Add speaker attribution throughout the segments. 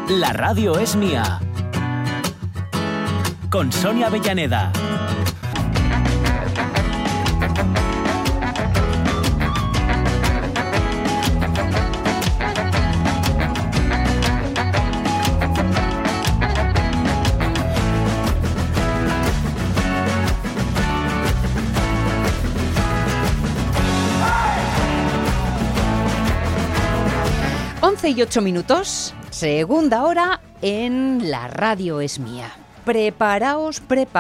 Speaker 1: La radio es mía. Con Sonia Avellaneda.
Speaker 2: Y 8 minutos, segunda hora en La radio es mía. Preparaos,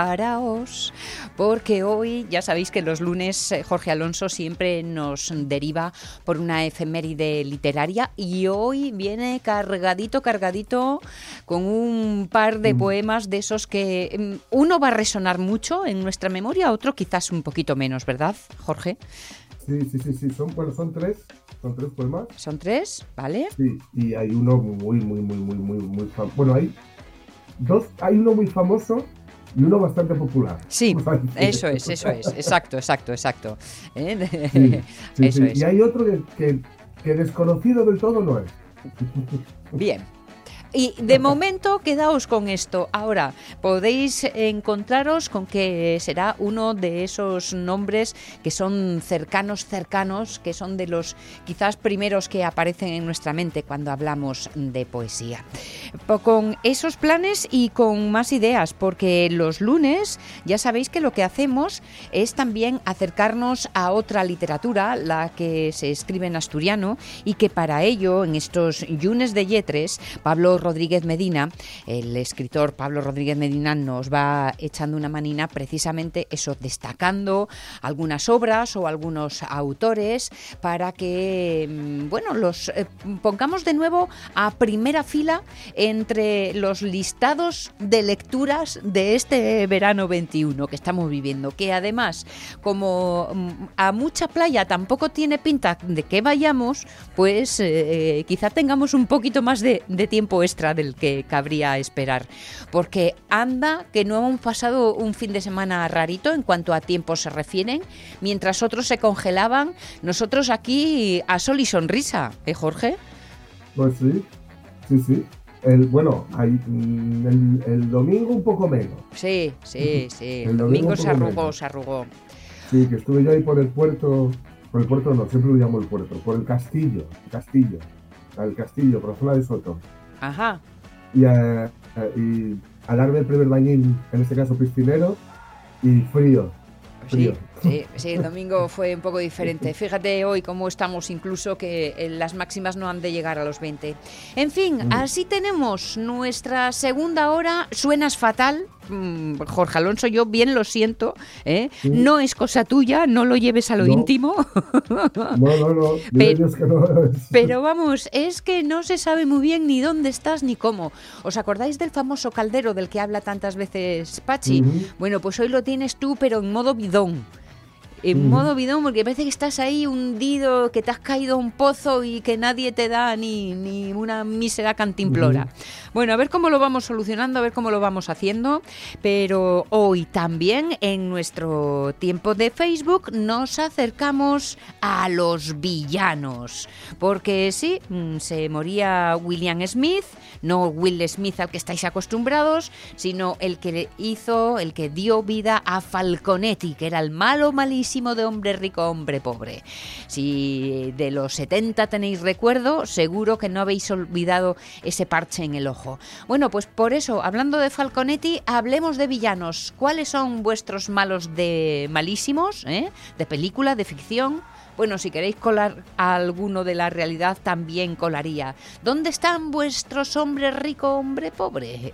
Speaker 2: porque hoy ya sabéis que los lunes Jorge Alonso siempre nos deriva por una efeméride literaria y hoy viene cargadito con un par de poemas de esos que uno va a resonar mucho en nuestra memoria, otro quizás un poquito menos, ¿verdad, Jorge?
Speaker 3: Sí, son tres. Son tres poemas.
Speaker 2: ¿Son tres? ¿Vale?
Speaker 3: Sí, y hay uno muy famoso. Bueno, hay uno muy famoso y uno bastante popular.
Speaker 2: Sí, eso es. Exacto.
Speaker 3: Sí.
Speaker 2: Eso es.
Speaker 3: Y hay otro que desconocido del todo no es.
Speaker 2: Bien. Y de momento quedaos con esto. Ahora podéis encontraros con que será uno de esos nombres que son cercanos, que son de los quizás primeros que aparecen en nuestra mente cuando hablamos de poesía. Con esos planes y con más ideas, porque los lunes ya sabéis que lo que hacemos es también acercarnos a otra literatura, la que se escribe en asturiano, y que para ello en estos llunes de Lletres, Pablo Rodríguez Medina, el escritor Pablo Rodríguez Medina, nos va echando una manina precisamente eso, destacando algunas obras o algunos autores para que, los pongamos de nuevo a primera fila entre los listados de lecturas de este verano 21 que estamos viviendo, que además, como a mucha playa tampoco tiene pinta de que vayamos, pues quizá tengamos un poquito más de tiempo extra del que cabría esperar, porque anda que no hemos pasado un fin de semana rarito en cuanto a tiempo se refieren, mientras otros se congelaban, nosotros aquí a sol y sonrisa, Jorge?
Speaker 3: Pues sí. El domingo un poco menos.
Speaker 2: Sí. El domingo se arrugó.
Speaker 3: Sí, que estuve yo ahí por el puerto no, siempre lo llamo el puerto, por el castillo, por la zona de Soto.
Speaker 2: Ajá.
Speaker 3: Y a darme el primer bañín, en este caso piscinero, y frío.
Speaker 2: Sí, el domingo fue un poco diferente. Fíjate hoy cómo estamos, incluso que las máximas no han de llegar a los 20. En fin, así tenemos nuestra segunda hora. Suenas fatal, Jorge Alonso, yo bien lo siento, ¿eh? No es cosa tuya, no lo lleves a lo íntimo.
Speaker 3: No.
Speaker 2: Pero vamos, es que no se sabe muy bien ni dónde estás ni cómo. ¿Os acordáis del famoso caldero del que habla tantas veces Pachi? Bueno, pues hoy lo tienes tú, pero en modo bidón. En modo bidón, porque parece que estás ahí hundido, que te has caído a un pozo y que nadie te da ni una mísera cantimplora. Bueno, a ver cómo lo vamos solucionando, a ver cómo lo vamos haciendo, pero hoy también en nuestro tiempo de Facebook nos acercamos a los villanos, porque sí, se moría William Smith, no Will Smith al que estáis acostumbrados, sino el que dio vida a Falconetti, que era el malo malísimo de Hombre Rico, Hombre Pobre. Si de los 70 tenéis recuerdo, seguro que no habéis olvidado ese parche en el ojo. Bueno, pues por eso, hablando de Falconetti, hablemos de villanos. ¿Cuáles son vuestros malos de malísimos? ¿De película, de ficción? Bueno, si queréis colar a alguno de la realidad, también colaría. ¿Dónde están vuestros Hombre Rico, Hombre Pobre?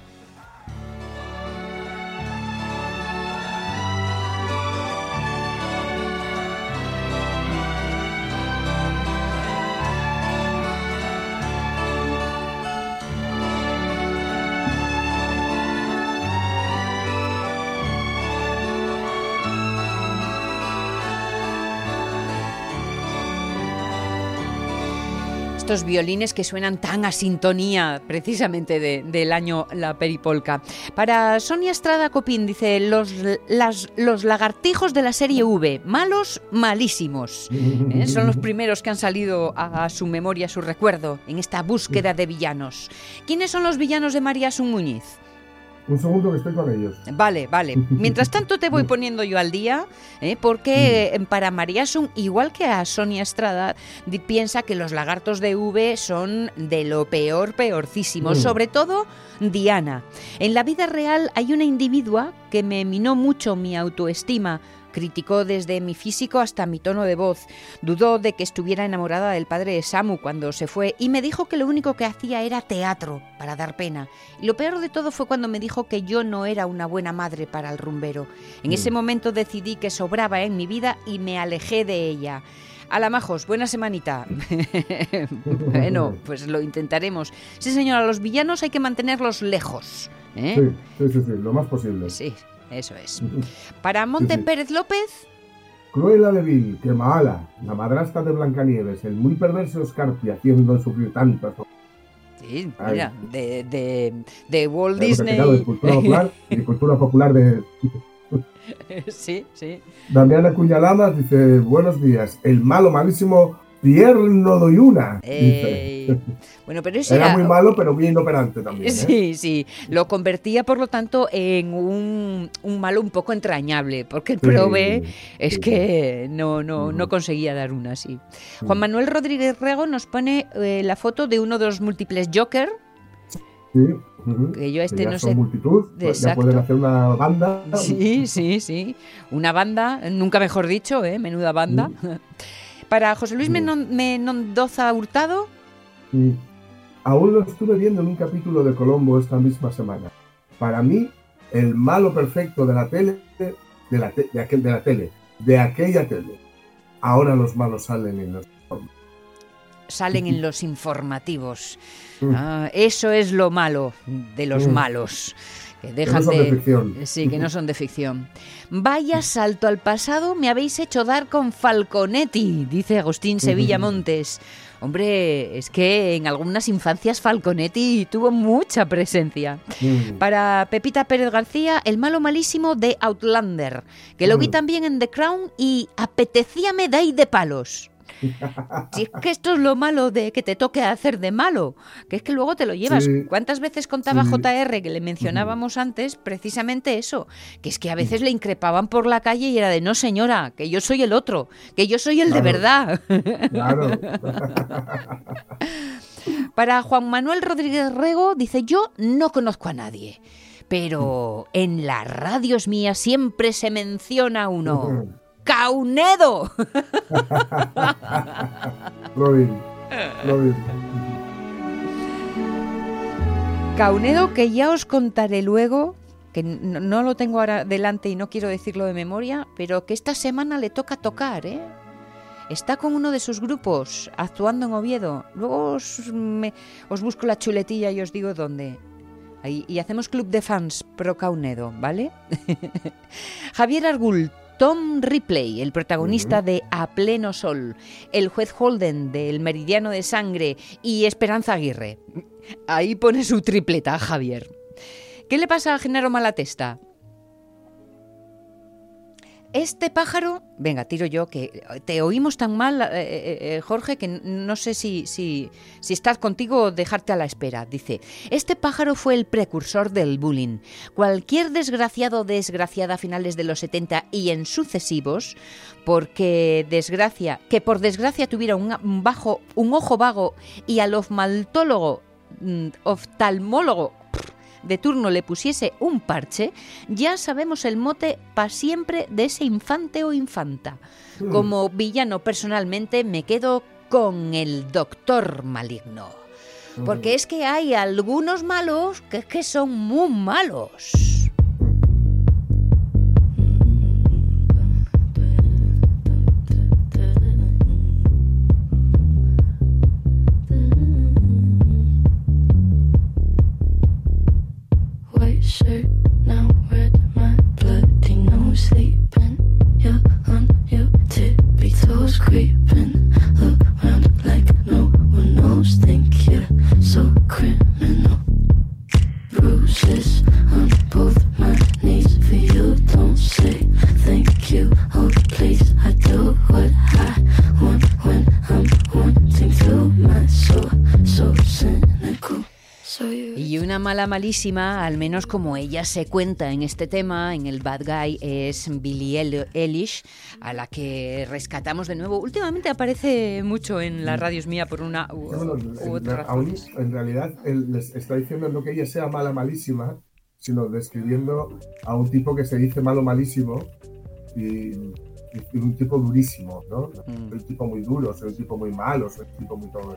Speaker 2: estos violines que suenan tan a sintonía precisamente del año La Peripolca. Para Sonia Estrada Copín dice, los lagartijos de la serie V, malos, malísimos. Son los primeros que han salido a su memoria, a su recuerdo, en esta búsqueda de villanos. ¿Quiénes son los villanos de María Asun Muñiz?
Speaker 3: Un segundo que estoy con ellos.
Speaker 2: Vale. Mientras tanto te voy poniendo yo al día, porque para María Asun, igual que a Sonia Estrada, piensa que los lagartos de V son de lo peorcísimo, sobre todo Diana. En la vida real hay una individua que me minó mucho mi autoestima. Criticó desde mi físico hasta mi tono de voz. Dudó de que estuviera enamorada del padre de Samu cuando se fue y me dijo que lo único que hacía era teatro para dar pena. Y lo peor de todo fue cuando me dijo que yo no era una buena madre para el rumbero. En ese momento decidí que sobraba en mi vida y me alejé de ella. Ala, majos, buena semanita. Bueno, pues lo intentaremos. Sí, señora, los villanos hay que mantenerlos lejos.
Speaker 3: Sí, lo más posible.
Speaker 2: Sí. Eso es. Para Monte Pérez López.
Speaker 3: Cruella de Vil, que mala, la madrastra de Blancanieves, el muy perverso Scarpi haciendo sufrir tanto.
Speaker 2: Sí, mira, de Walt Disney.
Speaker 3: De cultura popular de...
Speaker 2: Sí.
Speaker 3: Damián Acuñalamas dice, buenos días, el malo malísimo Pierre Nodoyuna.
Speaker 2: Bueno, pero ese
Speaker 3: era muy malo, pero bien inoperante también.
Speaker 2: Sí. Lo convertía, por lo tanto, en un malo un poco entrañable, porque el prove es que no conseguía dar una así. Juan Manuel Rodríguez Rego nos pone la foto de uno de los múltiples Joker.
Speaker 3: Sí.
Speaker 2: Que yo
Speaker 3: no
Speaker 2: sé.
Speaker 3: Multitud, ya pueden hacer una banda.
Speaker 2: Sí. Una banda, nunca mejor dicho, menuda banda. Para José Luis Mendoza Hurtado.
Speaker 3: Aún lo estuve viendo en un capítulo de Colombo esta misma semana. Para mí, el malo perfecto de la tele, de aquella tele. Ahora los malos salen en los
Speaker 2: informativos. Eso es lo malo de los malos. Que dejan
Speaker 3: no son de ficción.
Speaker 2: Sí, que no son de ficción. Vaya salto al pasado me habéis hecho dar con Falconetti, dice Agustín Sevilla Montes. Hombre, es que en algunas infancias Falconetti tuvo mucha presencia. Para Pepita Pérez García, el malo malísimo de Outlander, que lo vi también en The Crown y apetecíame dai de palos. Si es que esto es lo malo de que te toque hacer de malo, que es que luego te lo llevas. Sí. ¿Cuántas veces contaba JR, que le mencionábamos antes, precisamente eso? Que es que a veces le increpaban por la calle y era de, no señora, que yo soy el otro, que yo soy el de verdad.
Speaker 3: Claro.
Speaker 2: Para Juan Manuel Rodríguez Rego, dice, yo no conozco a nadie, pero en la radio es mía siempre se menciona uno. ¡Caunedo!
Speaker 3: Robin.
Speaker 2: Caunedo, que ya os contaré luego, que no lo tengo ahora delante y no quiero decirlo de memoria, pero que esta semana le toca tocar, ¿eh? Está con uno de sus grupos, actuando en Oviedo. Luego os busco la chuletilla y os digo dónde. Ahí, y hacemos club de fans pro Caunedo, ¿vale? Javier Argul, Tom Ripley, el protagonista de A Pleno Sol, el juez Holden del Meridiano de Sangre y Esperanza Aguirre. Ahí pone su tripleta, Javier. ¿Qué le pasa a Genaro Malatesta? Este pájaro... Venga, tiro yo, que te oímos tan mal, Jorge, que no sé si estás contigo o dejarte a la espera. Dice, este pájaro fue el precursor del bullying. Cualquier desgraciado o desgraciada a finales de los 70 y en sucesivos, porque por desgracia tuviera un ojo vago y al oftalmólogo de turno le pusiese un parche, ya sabemos el mote pa' siempre de ese infante o infanta. Como villano, personalmente, me quedo con el Doctor Maligno. Porque es que hay algunos malos que es que son muy malos.
Speaker 4: Shirt now red, my bloody nose sleeping. You're on your tippy toes, creeping around like no one knows.
Speaker 2: Y una mala malísima, al menos como ella se cuenta en este tema, en el Bad Guy, es Billie Eilish, a la que rescatamos de nuevo. Últimamente aparece mucho en las radios mía por una u otra razón.
Speaker 3: En realidad, él les está diciendo no que ella sea mala malísima, sino describiendo a un tipo que se dice malo malísimo y un tipo durísimo, ¿no? Soy un tipo muy duro, soy un tipo muy malo, soy un tipo muy todo.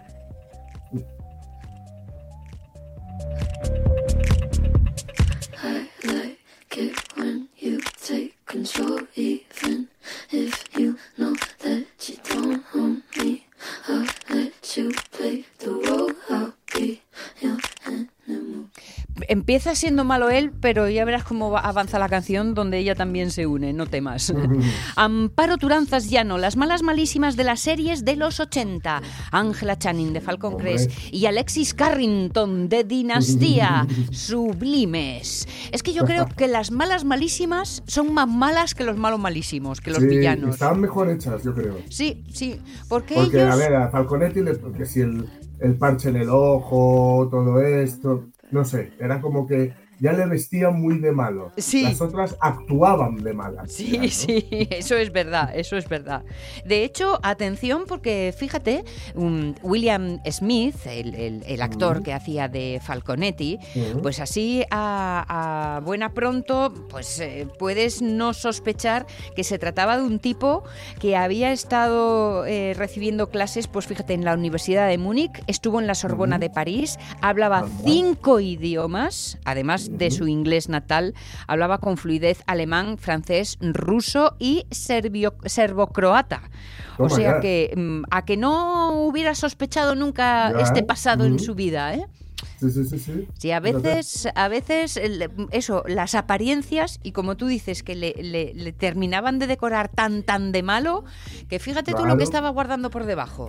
Speaker 4: I like it when you take control, even if you know that you don't own me. I'll let you play the role, I'll be your enemy.
Speaker 2: Empieza siendo malo él, pero ya verás cómo avanza la canción donde ella también se une, no temas. Amparo Turanzas Llano, las malas malísimas de las series de los 80. Ángela Channing de Falcon Crest y Alexis Carrington de Dinastía. Sublimes. Es que yo creo que las malas malísimas son más malas que los malos malísimos, que los villanos.
Speaker 3: Estaban mejor hechas, yo creo.
Speaker 2: Sí, porque
Speaker 3: ellos...
Speaker 2: a
Speaker 3: ver, a Falconetti, que si el parche en el ojo, todo esto... No sé, era como que ya le vestían muy de malo.
Speaker 2: Sí.
Speaker 3: Las otras actuaban de malas.
Speaker 2: Sí,
Speaker 3: ya, ¿no?
Speaker 2: Sí, eso es verdad, eso es verdad. De hecho, atención, porque fíjate, William Smith, el actor que hacía de Falconetti, pues así a buena pronto, pues puedes no sospechar que se trataba de un tipo que había estado recibiendo clases, pues fíjate, en la Universidad de Múnich, estuvo en la Sorbona de París, hablaba 5 idiomas, además de su inglés natal, hablaba con fluidez alemán, francés, ruso y serbocroata. O sea que a que no hubiera sospechado nunca este pasado en su vida, ¿eh?
Speaker 3: Sí.
Speaker 2: Sí, a veces eso, las apariencias, y como tú dices, que le terminaban de decorar tan de malo, que fíjate tú lo que estaba guardando por debajo.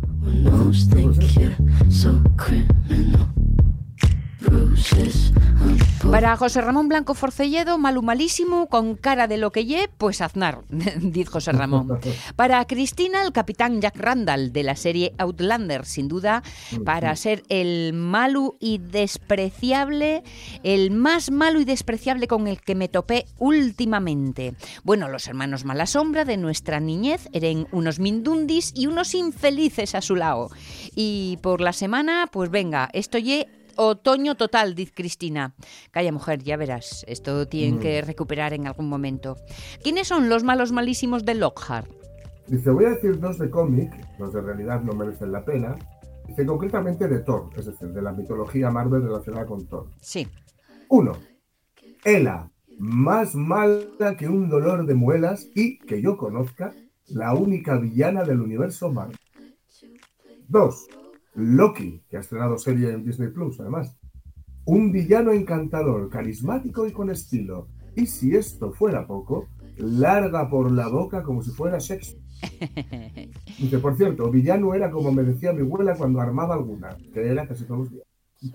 Speaker 2: Para José Ramón Blanco Forcelledo, malísimo, con cara de lo que lle, pues Aznar, dice José Ramón. Para Cristina, el capitán Jack Randall, de la serie Outlander, sin duda, para ser el malo y despreciable, el más malo y despreciable con el que me topé últimamente. Bueno, los hermanos Malasombra de nuestra niñez eran unos mindundis y unos infelices a su lado. Y por la semana, pues venga, esto lle otoño total, dice Cristina. Calla, mujer, ya verás. Esto tienen que recuperar en algún momento. ¿Quiénes son los malos malísimos de Lockhart?
Speaker 3: Dice, voy a decir 2 de cómic, los de realidad no merecen la pena. Dice concretamente de Thor, es decir, de la mitología Marvel relacionada con Thor.
Speaker 2: Sí.
Speaker 3: 1. Hela, más mala que un dolor de muelas y, que yo conozca, la única villana del universo Marvel. 2. Loki, que ha estrenado serie en Disney Plus, además. Un villano encantador, carismático y con estilo. Y si esto fuera poco, larga por la boca como si fuera sexo. Dice, por cierto, villano era como me decía mi abuela cuando armaba alguna, que era casi todos los días.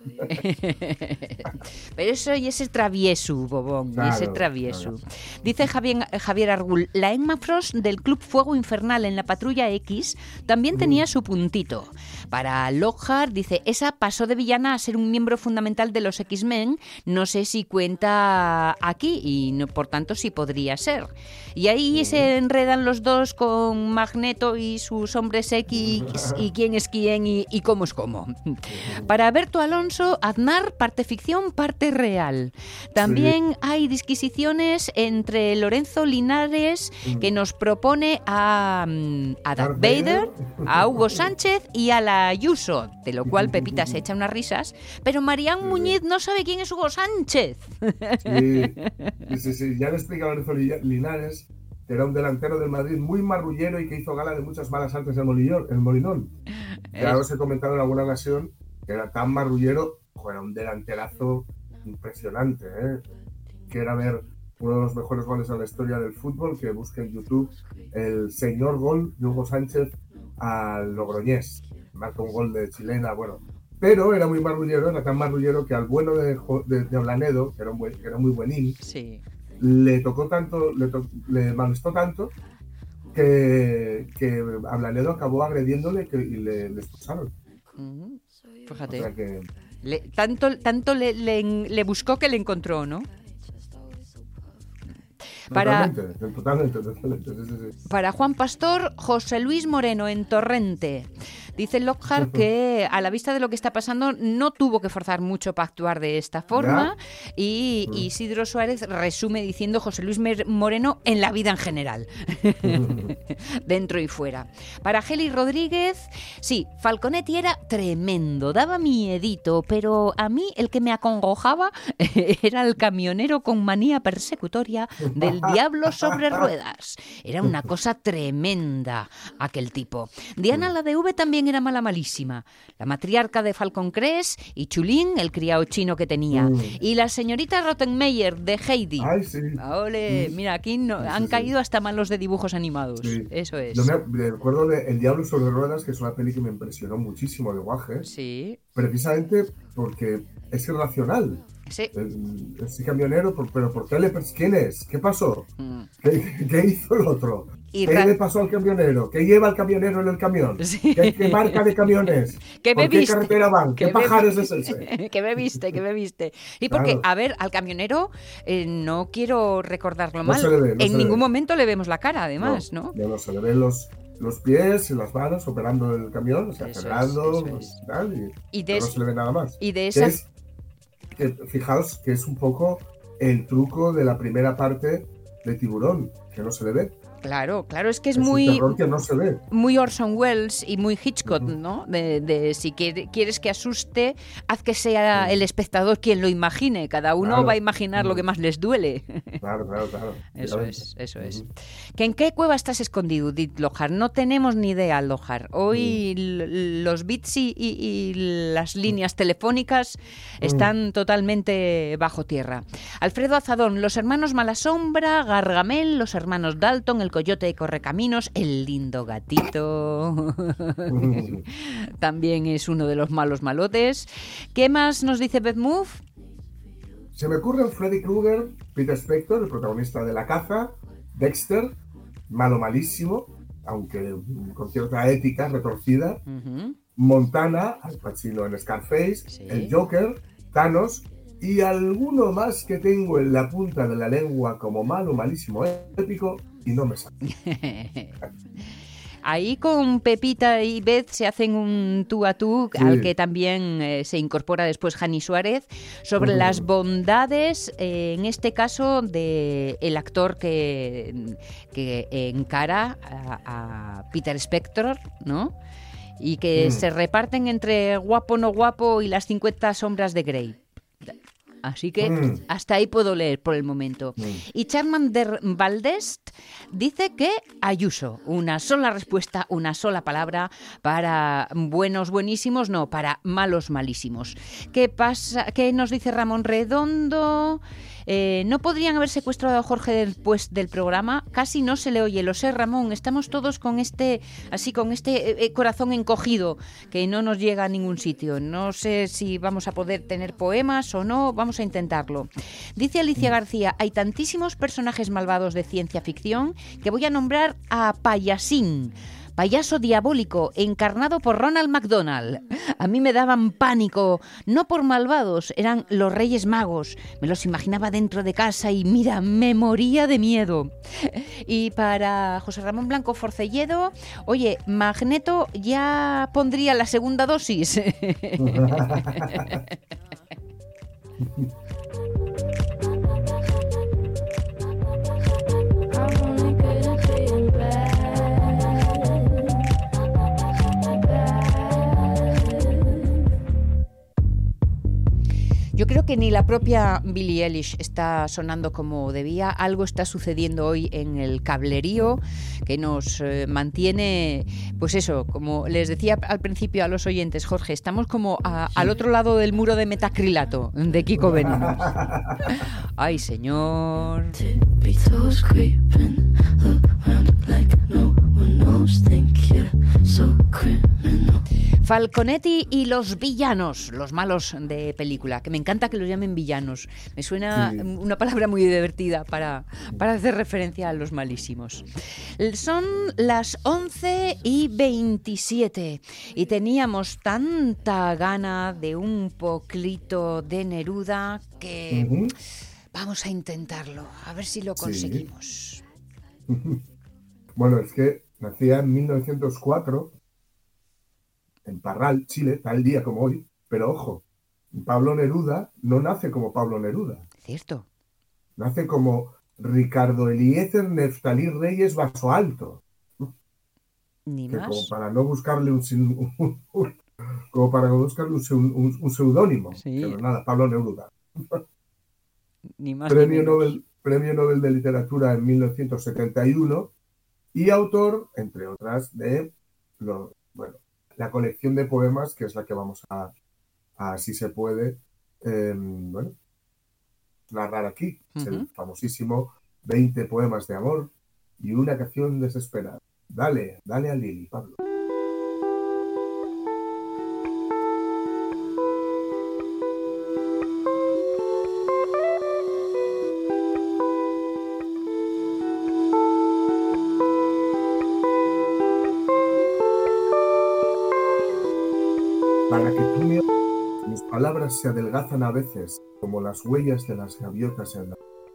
Speaker 2: Pero eso y ese travieso, bobón,
Speaker 3: claro,
Speaker 2: y ese travieso.
Speaker 3: Claro.
Speaker 2: Dice Javier Argul, la Emma Frost del Club Fuego Infernal en la Patrulla X también tenía su puntito. Para Lockhart, dice, esa pasó de villana a ser un miembro fundamental de los X-Men, no sé si cuenta aquí y no, por tanto sí podría ser. Y ahí se enredan los dos con Magneto y sus hombres X y quién es quién y cómo es cómo. Para Berto Alonso, Aznar, parte ficción, parte real. También hay disquisiciones entre Lorenzo Linares, que nos propone a Darth Vader, a Hugo Sánchez y a la Ayuso, de lo cual Pepita se echa unas risas, pero Marián Muñiz no sabe quién es Hugo Sánchez.
Speaker 3: Sí, ya le explica a Lorenzo Linares, que era un delantero del Madrid muy marrullero y que hizo gala de muchas malas artes en el Molinón. Ya os he comentado en alguna ocasión que era tan marrullero, era un delanterazo impresionante, ¿eh? Que era ver uno de los mejores goles de la historia del fútbol, que busque en YouTube el señor gol de Hugo Sánchez al Logroñés. Marca un gol de chilena, bueno. Pero era muy marrullero, era tan marrullero que al bueno de Ablanedo, que era muy buenín,
Speaker 2: sí,
Speaker 3: le tocó tanto, le molestó tanto que Ablanedo acabó agrediéndole y le expulsaron.
Speaker 2: Fíjate.
Speaker 3: O sea
Speaker 2: Tanto le buscó que le encontró, ¿no?
Speaker 3: Totalmente. Sí.
Speaker 2: Para Juan Pastor, José Luis Moreno en Torrente. Dice Lockhart que a la vista de lo que está pasando no tuvo que forzar mucho para actuar de esta forma. Y Isidro Suárez resume diciendo José Luis Moreno en la vida en general. Dentro y fuera. Para Geli Rodríguez, sí, Falconetti era tremendo, daba miedito, pero a mí el que me acongojaba era el camionero con manía persecutoria del diablo sobre ruedas. Era una cosa tremenda aquel tipo. Diana la de V también era malísima. La matriarca de Falcon Crest y Chulín, el criado chino que tenía. Y la señorita Rottenmeier de Heidi.
Speaker 3: Ay, sí.
Speaker 2: Ole, mira, aquí han caído hasta malos de dibujos animados.
Speaker 3: Sí.
Speaker 2: Eso es.
Speaker 3: Yo me recuerdo de El diablo sobre ruedas, que es una peli que me impresionó muchísimo de Guaje.
Speaker 2: Sí.
Speaker 3: Precisamente porque es irracional.
Speaker 2: Sí.
Speaker 3: Ese camionero, pero ¿por qué ¿quién es? ¿Qué pasó? ¿Qué hizo el otro? ¿Qué le pasó al camionero? ¿Qué lleva el camionero en el camión?
Speaker 2: Sí.
Speaker 3: ¿Qué marca de camiones?
Speaker 2: ¿Qué
Speaker 3: ¿Por
Speaker 2: bebiste?
Speaker 3: qué carretera van? ¿Qué pajares es ese?
Speaker 2: ¿Qué bebiste? Y porque,
Speaker 3: Claro.
Speaker 2: a ver, al camionero, no quiero recordarlo mal,
Speaker 3: se le ve,
Speaker 2: en ningún momento le vemos la cara, además, ¿no?
Speaker 3: No, se le ven los pies y las manos operando el camión, o sea,
Speaker 2: Eso
Speaker 3: acelerando
Speaker 2: es.
Speaker 3: y tal,
Speaker 2: Y de
Speaker 3: no se le ve nada más.
Speaker 2: Y de esas...
Speaker 3: Fijaos que es un poco el truco de la primera parte de Tiburón, que no se le ve.
Speaker 2: Claro, es que es
Speaker 3: un
Speaker 2: muy...
Speaker 3: terror que no se ve.
Speaker 2: Muy Orson Welles y muy Hitchcock, ¿no? De si quieres que asuste, haz que sea el espectador quien lo imagine. Cada uno va a imaginar lo que más les duele.
Speaker 3: Claro.
Speaker 2: Eso es. ¿Que en qué cueva estás escondido, Dit Lohar? No tenemos ni idea, Lohar. Hoy los bits y las líneas telefónicas están totalmente bajo tierra. Alfredo Azadón, los hermanos Malasombra, Gargamel, los hermanos Dalton, el coyote de Correcaminos, el lindo gatito. También es uno de los malos malotes. ¿Qué más nos dice Beth Move?
Speaker 3: Se me ocurren Freddy Krueger, Peter Spector, el protagonista de La Caza, Dexter, malísimo, aunque con cierta ética retorcida, Montana, Al Pacino en Scarface, el Joker, Thanos y alguno más que tengo en la punta de la lengua como malísimo, épico, y no me sale.
Speaker 2: Ahí con Pepita y Beth se hacen un tú a tú, al que también se incorpora después Jani Suárez, sobre las bondades, en este caso, del actor que encara a Peter Spector, ¿no? Y que se reparten entre guapo, no guapo y las 50 sombras de Grey. Así que hasta ahí puedo leer por el momento. Y Charmander Valdés dice que Ayuso, una sola respuesta, una sola palabra para buenos buenísimos, no, para malos malísimos. ¿Qué pasa? ¿Qué nos dice Ramón Redondo? ¿No podrían haber secuestrado a Jorge después del programa? Casi no se le oye, lo sé, Ramón. Estamos todos con este corazón encogido que no nos llega a ningún sitio. No sé si vamos a poder tener poemas o no, vamos a intentarlo. Dice Alicia García, hay tantísimos personajes malvados de ciencia ficción que voy a nombrar a Payasín. Payaso diabólico, encarnado por Ronald McDonald. A mí me daban pánico, no por malvados, eran los Reyes Magos. Me los imaginaba dentro de casa y mira, me moría de miedo. Y para José Ramón Blanco Forcelledo, oye, Magneto ya pondría la segunda dosis. Yo creo que ni la propia Billie Eilish está sonando como debía. Algo está sucediendo hoy en el cablerío que nos mantiene, pues eso, como les decía al principio a los oyentes, Jorge, estamos como al otro lado del muro de metacrilato de Kiko Veneno. Ay, señor.
Speaker 4: Tippy toes creeping around like no one knows. almost think you're so criminal.
Speaker 2: Falconetti y los villanos, los malos de película, que me encanta que los llamen villanos. Me suena una palabra muy divertida para hacer referencia a los malísimos. Son las 11:27 y teníamos tanta gana de un poquito de Neruda que vamos a intentarlo, a ver si lo conseguimos.
Speaker 3: Bueno, es que nacía en 1904 en Parral, Chile, tal día como hoy, pero ojo, Pablo Neruda no nace como Pablo Neruda.
Speaker 2: Cierto.
Speaker 3: Nace como Ricardo Eliezer Neftalí Reyes Vaso Alto.
Speaker 2: Ni
Speaker 3: que
Speaker 2: más.
Speaker 3: Como para no buscarle un seudónimo.
Speaker 2: Sí.
Speaker 3: Pero nada, Pablo Neruda.
Speaker 2: Ni más ni menos.
Speaker 3: Premio Nobel de Literatura en 1971 y autor, entre otras, de la colección de poemas, que es la que vamos a si se puede, narrar aquí. Es el famosísimo 20 poemas de amor y una canción desesperada. Dale a Lili, Pablo. Para que tú me oigas, mis palabras se adelgazan a veces como las huellas de las gaviotas en la...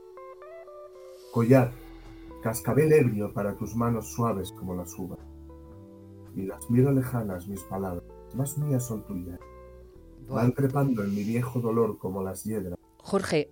Speaker 3: Collar, cascabel ebrio para tus manos suaves como las uvas. Y las miro lejanas mis palabras, más mías son tuyas. Van trepando en mi viejo dolor como las hiedras.
Speaker 2: Jorge,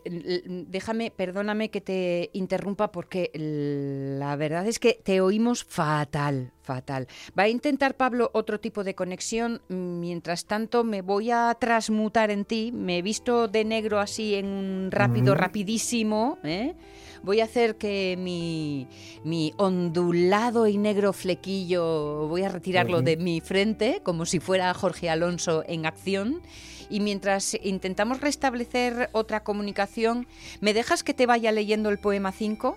Speaker 2: perdóname que te interrumpa porque la verdad es que te oímos fatal. Va a intentar Pablo otro tipo de conexión. Mientras tanto me voy a transmutar en ti. Me he visto de negro así en un rapidísimo. Voy a hacer que mi ondulado y negro flequillo, voy a retirarlo de mi frente como si fuera Jorge Alonso en acción. Y mientras intentamos restablecer otra comunicación, ¿me dejas que te vaya leyendo el poema 5?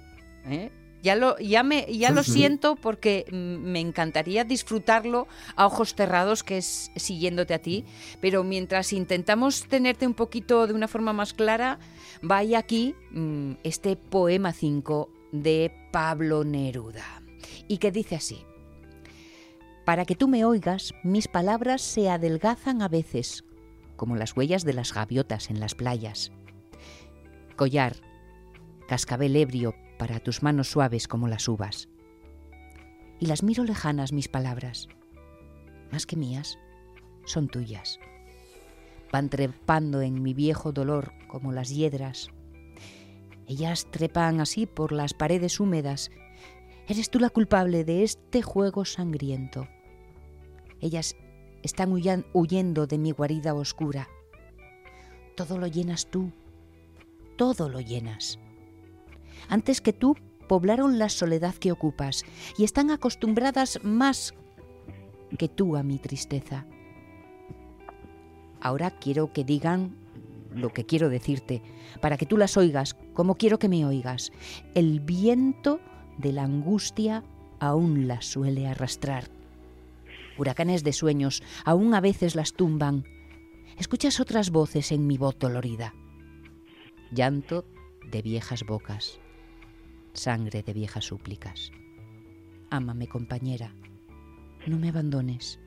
Speaker 2: Ya lo siento porque me encantaría disfrutarlo a ojos cerrados, que es siguiéndote a ti, pero mientras intentamos tenerte un poquito de una forma más clara, vaya aquí este poema 5 de Pablo Neruda, y que dice así: para que tú me oigas, mis palabras se adelgazan a veces, como las huellas de las gaviotas en las playas. Collar, cascabel ebrio para tus manos suaves como las uvas. Y las miro lejanas mis palabras, más que mías, son tuyas. Van trepando en mi viejo dolor como las hiedras. Ellas trepan así por las paredes húmedas. Eres tú la culpable de este juego sangriento. Ellas están huyendo de mi guarida oscura. Todo lo llenas tú, todo lo llenas. Antes que tú poblaron la soledad que ocupas y están acostumbradas más que tú a mi tristeza. Ahora quiero que digan lo que quiero decirte, para que tú las oigas como quiero que me oigas. El viento de la angustia aún las suele arrastrar. Huracanes de sueños aún a veces las tumban. Escuchas otras voces en mi voz dolorida. Llanto de viejas bocas, sangre de viejas súplicas. Ámame, compañera, no me abandones.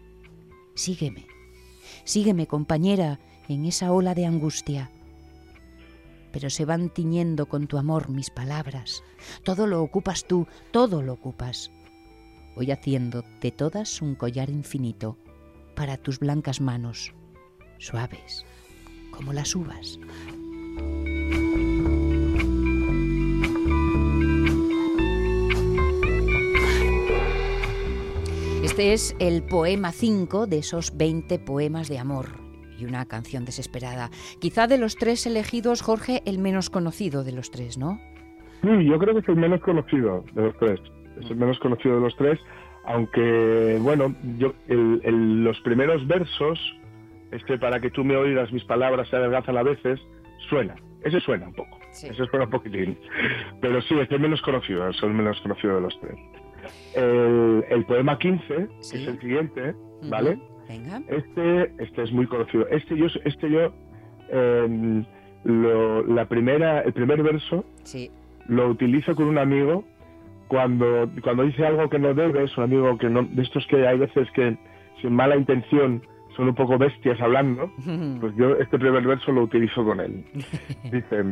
Speaker 2: Sígueme, compañera, en esa ola de angustia. Pero se van tiñendo con tu amor mis palabras. Todo lo ocupas tú, todo lo ocupas. Voy haciendo de todas un collar infinito para tus blancas manos, suaves como las uvas. Este es el poema 5 de esos 20 poemas de amor y una canción desesperada. Quizá de los tres elegidos, Jorge, el menos conocido de los tres, ¿no?
Speaker 5: Sí, yo creo que es el menos conocido de los tres. Es el menos conocido de los tres, aunque, bueno, los primeros versos, para que tú me oigas, mis palabras se adelgazan a veces, suena. Ese suena un poco. Sí. Ese suena un poquitín. Pero sí, es el menos conocido, de los tres. El poema 15,
Speaker 2: Sí.
Speaker 5: que es el siguiente, ¿vale?
Speaker 2: Venga.
Speaker 5: Este es muy conocido. El primer verso
Speaker 2: Sí.
Speaker 5: lo utilizo con un amigo cuando dice algo que no debe. Es un amigo que no, de estos que hay veces que sin mala intención son un poco bestias hablando. Pues yo este primer verso lo utilizo con él. Dice: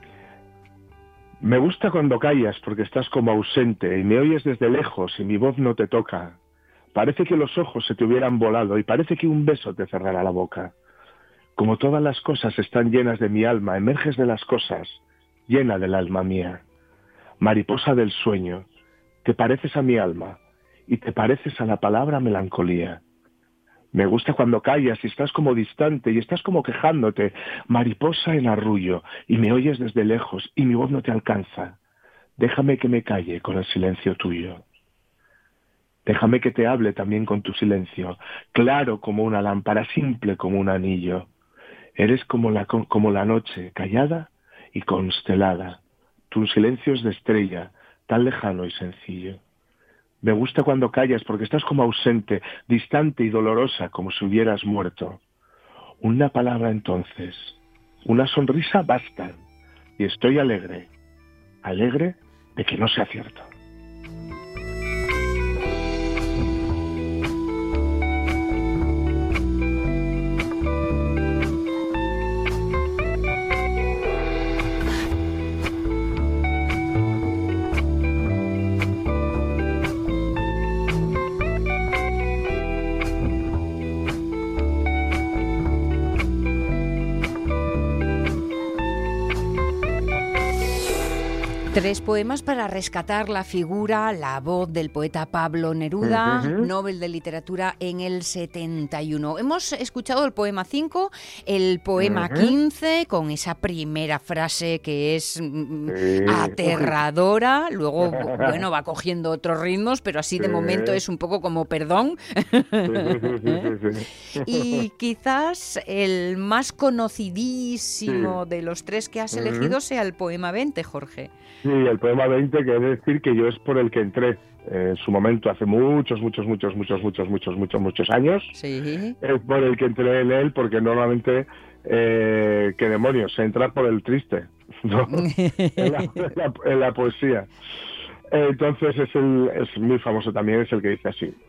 Speaker 5: me gusta cuando callas porque estás como ausente y me oyes desde lejos y mi voz no te toca. Parece que los ojos se te hubieran volado y parece que un beso te cerrara la boca. Como todas las cosas están llenas de mi alma, emerges de las cosas, llena del alma mía. Mariposa del sueño, te pareces a mi alma y te pareces a la palabra melancolía. Me gusta cuando callas y estás como distante y estás como quejándote, mariposa en arrullo, y me oyes desde lejos y mi voz no te alcanza. Déjame que me calle con el silencio tuyo. Déjame que te hable también con tu silencio, claro como una lámpara, simple como un anillo. Eres como la noche, callada y constelada. Tu silencio es de estrella, tan lejano y sencillo. Me gusta cuando callas porque estás como ausente, distante y dolorosa, como si hubieras muerto. Una palabra entonces, una sonrisa bastan, y estoy alegre, alegre de que no sea cierto.
Speaker 2: Tres poemas para rescatar la figura, la voz del poeta Pablo Neruda, Nobel de Literatura en el 71. Hemos escuchado el poema 5, el poema 15, con esa primera frase que es aterradora. Luego, bueno, va cogiendo otros ritmos, pero así de momento es un poco como perdón. Y quizás el más conocidísimo de los tres que has elegido sea el poema 20, Jorge.
Speaker 5: Sí, el poema 20, que he de decir que yo es por el que entré en su momento, hace muchos años.
Speaker 2: Sí.
Speaker 5: Es por el que entré en él, porque normalmente, ¿qué demonios? Se entra por el triste, ¿no? en la poesía. Entonces es muy famoso también, es el que dice así: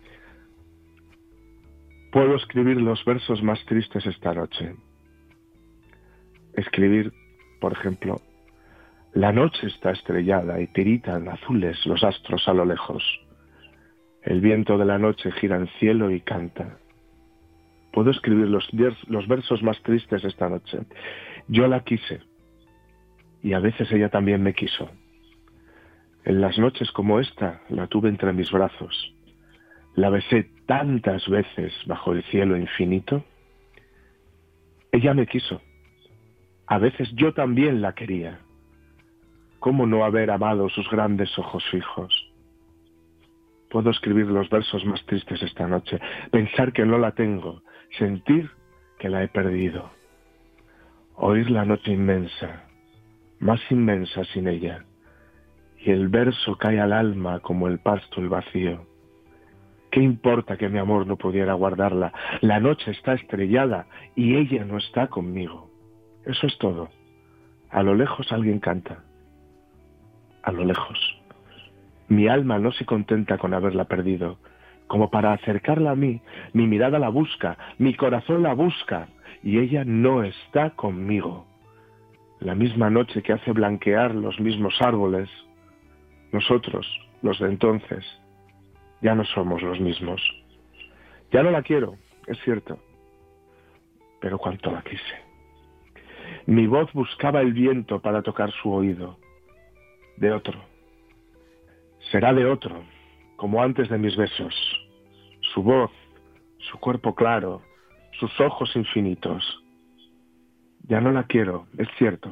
Speaker 5: puedo escribir los versos más tristes esta noche. Escribir, por ejemplo: la noche está estrellada y tiritan azules los astros a lo lejos. El viento de la noche gira en cielo y canta. Puedo escribir los versos más tristes esta noche. Yo la quise, y a veces ella también me quiso. En las noches como esta la tuve entre mis brazos. La besé tantas veces bajo el cielo infinito. Ella me quiso. A veces yo también la quería. ¿Cómo no haber amado sus grandes ojos fijos? Puedo escribir los versos más tristes esta noche, pensar que no la tengo, sentir que la he perdido. Oír la noche inmensa, más inmensa sin ella, y el verso cae al alma como el pasto el vacío. ¿Qué importa que mi amor no pudiera guardarla? La noche está estrellada y ella no está conmigo. Eso es todo. A lo lejos alguien canta. A lo lejos. Mi alma no se contenta con haberla perdido. Como para acercarla a mí, mi mirada la busca, mi corazón la busca, y ella no está conmigo. La misma noche que hace blanquear los mismos árboles, nosotros, los de entonces, ya no somos los mismos. Ya no la quiero, es cierto, pero cuánto la quise. Mi voz buscaba el viento para tocar su oído. De otro. Será de otro, como antes de mis besos. Su voz, su cuerpo claro, sus ojos infinitos. Ya no la quiero, es cierto,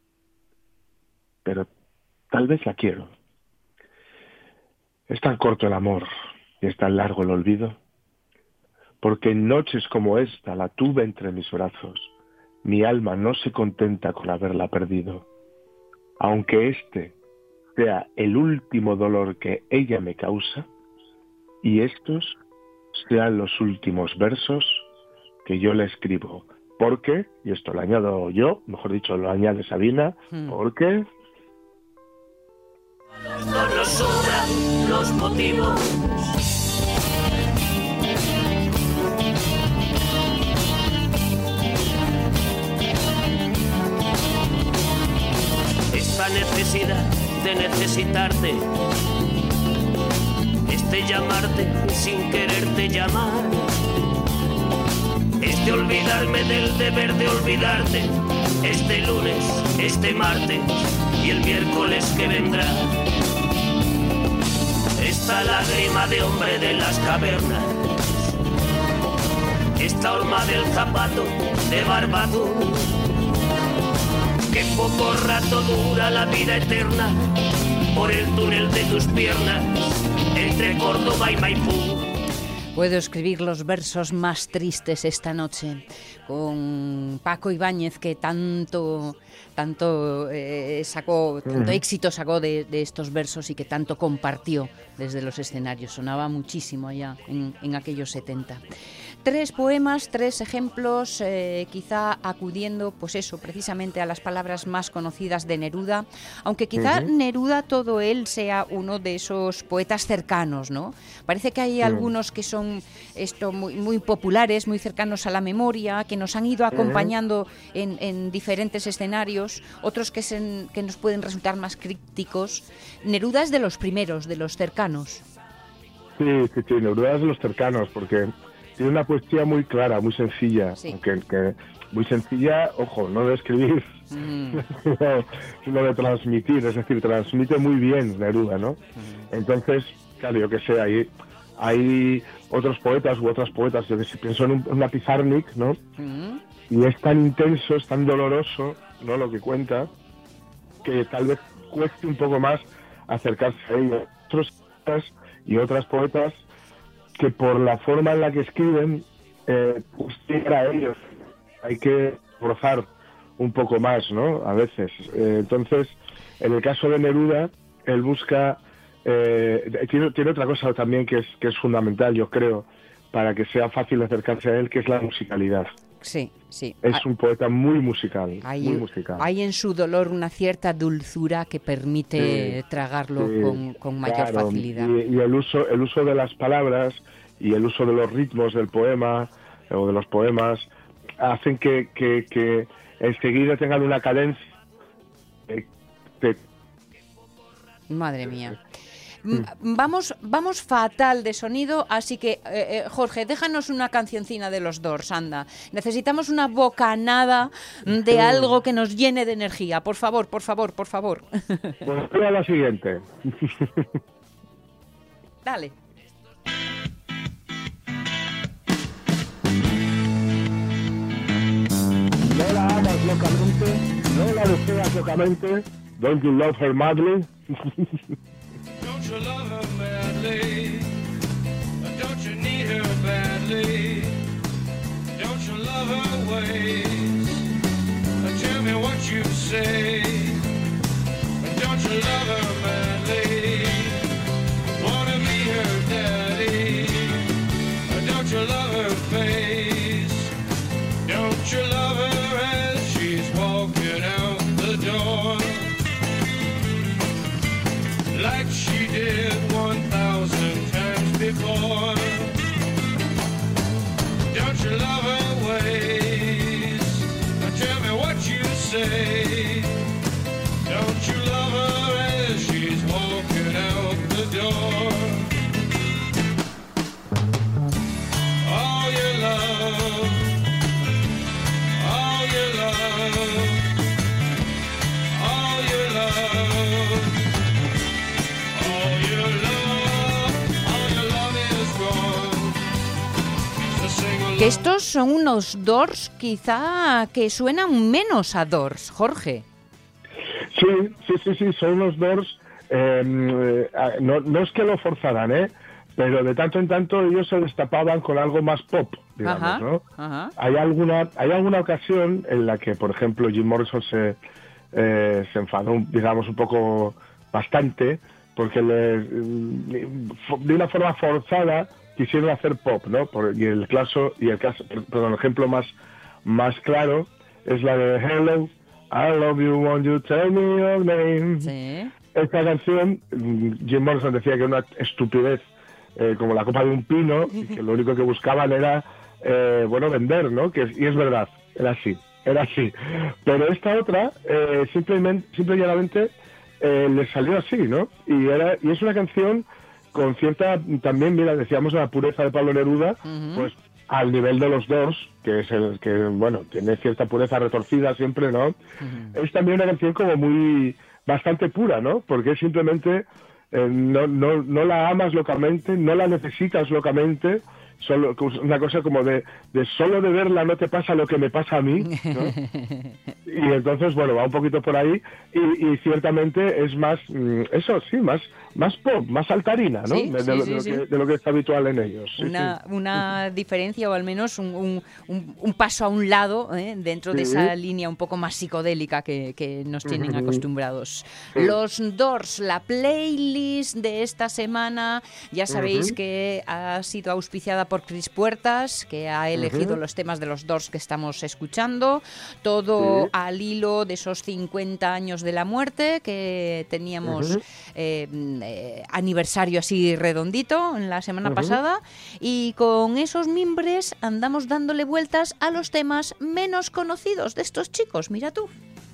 Speaker 5: pero tal vez la quiero. Es tan corto el amor y es tan largo el olvido, porque en noches como esta la tuve entre mis brazos. Mi alma no se contenta con haberla perdido, aunque este sea el último dolor que ella me causa y estos sean los últimos versos que yo le escribo. Porque, y esto lo añado yo, mejor dicho, lo añade Sabina, porque...
Speaker 6: No nos sobran los motivos. Esta necesidad de necesitarte, este llamarte sin quererte llamar, este olvidarme del deber de olvidarte, este lunes, este martes y el miércoles que vendrá. Esta lágrima de hombre de las cavernas, esta horma del zapato de Barbado, que poco rato dura la vida eterna, por el túnel de tus piernas, entre Córdoba y Maipú.
Speaker 2: Puedo escribir los versos más tristes esta noche con Paco Ibáñez, que tanto éxito sacó de estos versos y que tanto compartió desde los escenarios. Sonaba muchísimo allá en aquellos 70. 3 poemas, 3 ejemplos, quizá acudiendo, pues eso, precisamente a las palabras más conocidas de Neruda, aunque quizá Neruda todo él sea uno de esos poetas cercanos, ¿no? Parece que hay algunos que son muy populares, muy cercanos a la memoria, que nos han ido acompañando en diferentes escenarios, otros que nos pueden resultar más crípticos. Neruda es de los primeros, de los cercanos.
Speaker 5: Sí, Neruda es de los cercanos, porque tiene una poesía muy clara, muy sencilla, aunque muy sencilla, ojo, no de escribir, sino de transmitir, es decir, transmite muy bien Neruda, ¿no? Entonces, claro, yo que sé, hay otros poetas u otras poetas, yo que sé, pienso en una Pizarnik, ¿no? Y es tan intenso, es tan doloroso, ¿no?, lo que cuenta, que tal vez cueste un poco más acercarse a ella. Otros poetas y otras poetas que por la forma en la que escriben, pues llegar a ellos hay que rozar un poco más, ¿no?, a veces. Entonces, en el caso de Neruda, él busca... tiene otra cosa también que es fundamental, yo creo, para que sea fácil acercarse a él, que es la musicalidad.
Speaker 2: Sí.
Speaker 5: Es un poeta muy musical,
Speaker 2: hay,
Speaker 5: muy musical.
Speaker 2: Hay en su dolor una cierta dulzura que permite tragarlo con mayor facilidad.
Speaker 5: Y el uso de las palabras y el uso de los ritmos del poema o de los poemas hacen que enseguida tengan una cadencia.
Speaker 2: Madre mía. Vamos fatal de sonido, así que, Jorge, déjanos una cancioncina de los Doors, anda. Necesitamos una bocanada de algo que nos llene de energía. Por favor, por favor, por favor.
Speaker 5: Pues voy a la siguiente.
Speaker 2: Dale.
Speaker 5: No la amas locamente, no la deseas locamente. Don't you love her madly?
Speaker 7: Don't you love her madly? Don't you need her badly? Don't you love her ways? Tell me what you say. Don't you love her madly? Wanna be her daddy? Don't you love her face? Don't you love her as she's walking out the door? Like she did 1,000 times before. Don't you love her ways? Tell me what you say. Don't you love her as she's walking out the door? All your love, all your love, all your love.
Speaker 2: Que estos son unos Doors quizá que suenan menos a Doors, Jorge.
Speaker 5: Sí, son unos Doors. No es que lo forzaran, pero de tanto en tanto ellos se destapaban con algo más pop, digamos, ¿no?
Speaker 2: Ajá.
Speaker 5: Hay alguna ocasión en la que, por ejemplo, Jim Morrison se enfadó, digamos, un poco bastante, porque de una forma forzada quisieron hacer pop, ¿no? El ejemplo más claro es la de Hello, I love you, won't you tell me your name.
Speaker 2: Sí.
Speaker 5: Esta canción, Jim Morrison decía que era una estupidez como la copa de un pino, y que lo único que buscaban era, vender, ¿no? Y es verdad, era así. Pero esta otra, simple y llanamente, les salió así, ¿no? Y es una canción con cierta, también, mira, decíamos la pureza de Pablo Neruda, pues al nivel de los Doors, que es el que, tiene cierta pureza retorcida siempre, ¿no? Es también una canción como bastante pura, ¿no? Porque es simplemente, no la amas locamente, no la necesitas locamente, solo una cosa como de solo de verla no te pasa lo que me pasa a mí, ¿no? Y entonces, va un poquito por ahí y ciertamente es más, eso sí, más pop, más saltarina, ¿no?
Speaker 2: Sí,
Speaker 5: de lo que es habitual en ellos. Sí,
Speaker 2: una diferencia, o al menos un paso a un lado, dentro de esa línea un poco más psicodélica que nos tienen acostumbrados. Los Doors, la playlist de esta semana, ya sabéis que ha sido auspiciada por Cris Puertas, que ha elegido los temas de los Doors que estamos escuchando, todo al hilo de esos 50 años de la muerte, que teníamos aniversario así redondito en la semana pasada, y con esos mimbres andamos dándole vueltas a los temas menos conocidos de estos chicos, mira tú.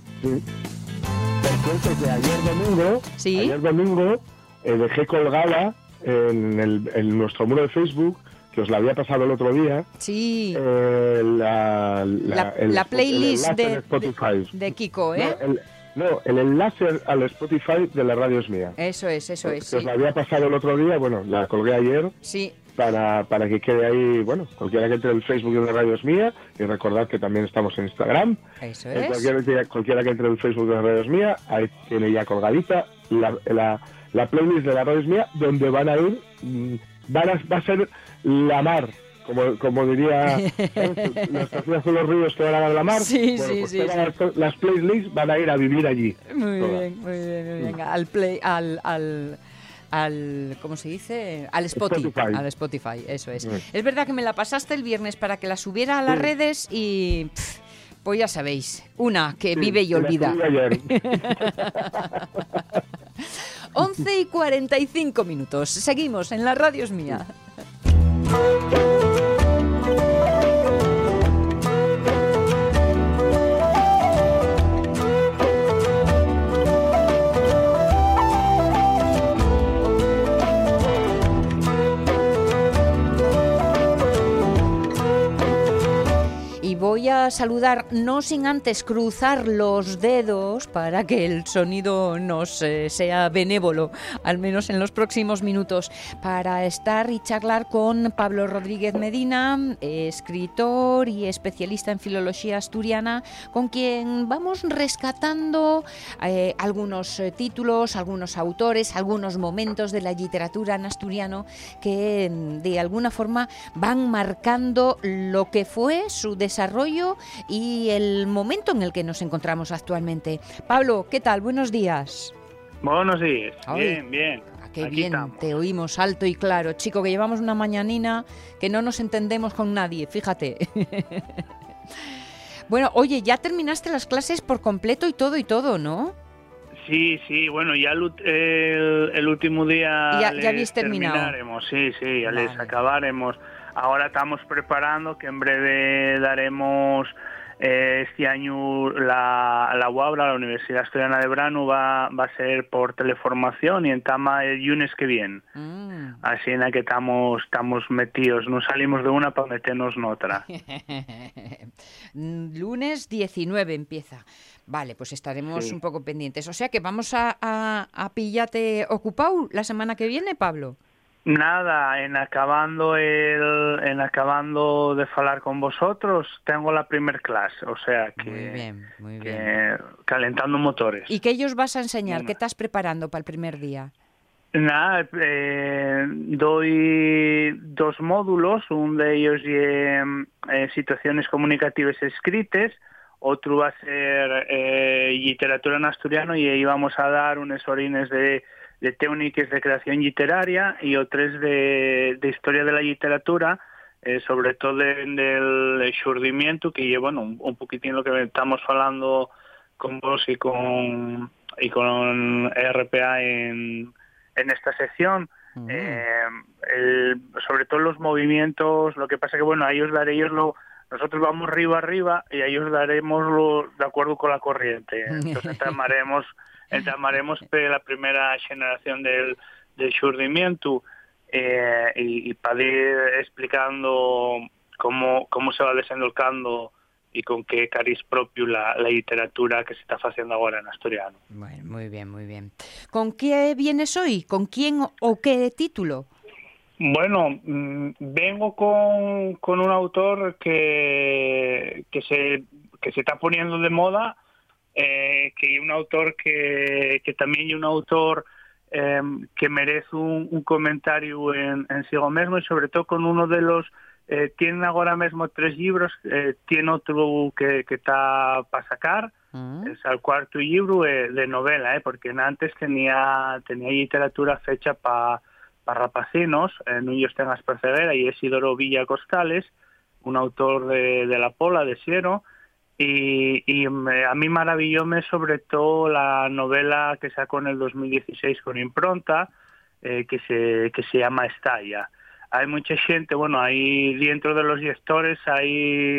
Speaker 5: Te cuento que ayer domingo dejé colgada en nuestro muro de Facebook, que os la había pasado el otro día.
Speaker 2: Sí.
Speaker 5: La
Speaker 2: playlist
Speaker 5: de
Speaker 2: Kiko, ¿eh?
Speaker 5: El enlace al Spotify de la Radio Es Mía.
Speaker 2: Eso es.
Speaker 5: Que os la había pasado el otro día, la colgué ayer.
Speaker 2: Sí.
Speaker 5: Para que quede ahí, cualquiera que entre en el Facebook de la Radio Es Mía, y recordad que también estamos en Instagram.
Speaker 2: Eso es.
Speaker 5: Cualquiera que entre en el Facebook de la Radio Es Mía, ahí tiene ya colgadita la playlist de la Radio Es Mía, donde van a ir, va a ser la mar, como diría las personas de los ríos que van a dar la mar.
Speaker 2: Sí.
Speaker 5: Las playlists van a ir a vivir allí.
Speaker 2: Muy bien. Al ¿cómo se dice? Al Spotify, eso es. Es verdad que me la pasaste el viernes para que la subiera a las redes y pues ya sabéis, una que vive y olvida. 11:45. Seguimos en la Radio Es Mía. Y voy a saludar, no sin antes cruzar los dedos para que el sonido nos sea benévolo, al menos en los próximos minutos, para estar y charlar con Pablo Rodríguez Medina, escritor y especialista en filología asturiana, con quien vamos rescatando algunos títulos, algunos autores, algunos momentos de la literatura en asturiano que de alguna forma van marcando lo que fue su desarrollo y el momento en el que nos encontramos actualmente. Pablo, ¿qué tal? Buenos días.
Speaker 8: Buenos días.
Speaker 2: Ay,
Speaker 8: Bien.
Speaker 2: Qué
Speaker 8: Aquí
Speaker 2: bien,
Speaker 8: estamos.
Speaker 2: te oímos alto y claro. Chico, que llevamos una mañanina que no nos entendemos con nadie, fíjate. Bueno, oye, ya terminaste las clases por completo y todo, ¿no?
Speaker 8: Sí, ya el último día
Speaker 2: ya habéis terminado.
Speaker 8: Terminaremos, sí, ya
Speaker 2: Vale.
Speaker 8: les acabaremos. Ahora estamos preparando que en breve daremos este año la UABRA, la Universidad Asturiana de Brano, va a ser por teleformación y en Tama el lunes que viene. Así en la que estamos metidos, no salimos de una para meternos en otra.
Speaker 2: Lunes 19 empieza. Vale, pues estaremos un poco pendientes. O sea que vamos a pillarte ocupado la semana que viene, Pablo.
Speaker 8: Nada, en acabando de falar con vosotros, tengo la primer clase, o sea que,
Speaker 2: muy bien.
Speaker 8: que calentando motores.
Speaker 2: ¿Y qué ellos vas a enseñar? ¿Qué estás preparando para el primer día?
Speaker 8: Nada, doy 2 módulos, uno de ellos es situaciones comunicativas escritas, otro va a ser literatura en asturiano y ahí vamos a dar unos orines de técnicas de creación literaria y otros de historia de la literatura, sobre todo del xurdimiento, que lleva un poquitín lo que estamos hablando con vos y con RPA en esta sección. Sobre todo los movimientos, lo que pasa que a ellos nosotros vamos arriba y a ellos daremos de acuerdo con la corriente. Entonces entramaremos la primera generación del xurdimiento y para ir explicando cómo se va desenvolcando y con qué cariz propio la literatura que se está haciendo ahora en asturiano.
Speaker 2: Bueno, muy bien, muy bien. ¿Con qué vienes hoy? ¿Con quién o qué título?
Speaker 8: Bueno, vengo con un autor que se está poniendo de moda, que es un autor que también es un autor que merece un comentario en sí mismo, y sobre todo con uno de los tiene ahora mismo 3 libros, tiene otro que está para sacar, es el 4º libro de novela, porque antes tenía literatura fecha para rapacinos, no ellos tengas perseguera, y es Isidoro Villa Costales, un autor de La Pola, de Siero, y a mí maravillóme sobre todo la novela que sacó en el 2016 con Impronta, que se llama Estalla. Hay mucha gente, ahí dentro de los lectores hay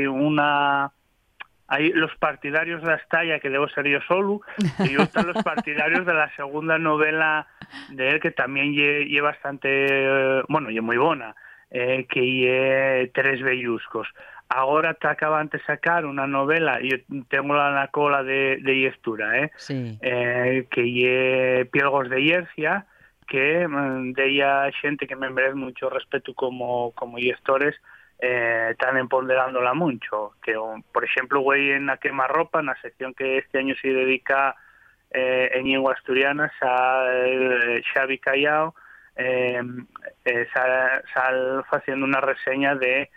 Speaker 8: los partidarios de Estalla, que debo ser yo solo, y otros los partidarios de la segunda novela de él, que también es bastante, y muy buena, que es Tres Belluscos. Ahora te acaban de sacar una novela, yo tengo la cola de lectura,
Speaker 2: sí.
Speaker 8: Que es Pielgos de Iercia, que de ella gente que me merece mucho respeto como lectores, están empoderándola mucho, que por ejemplo güey en la quemarropa, en la sección que este año se dedica en lengua asturiana, Xavi Callao sal haciendo una reseña de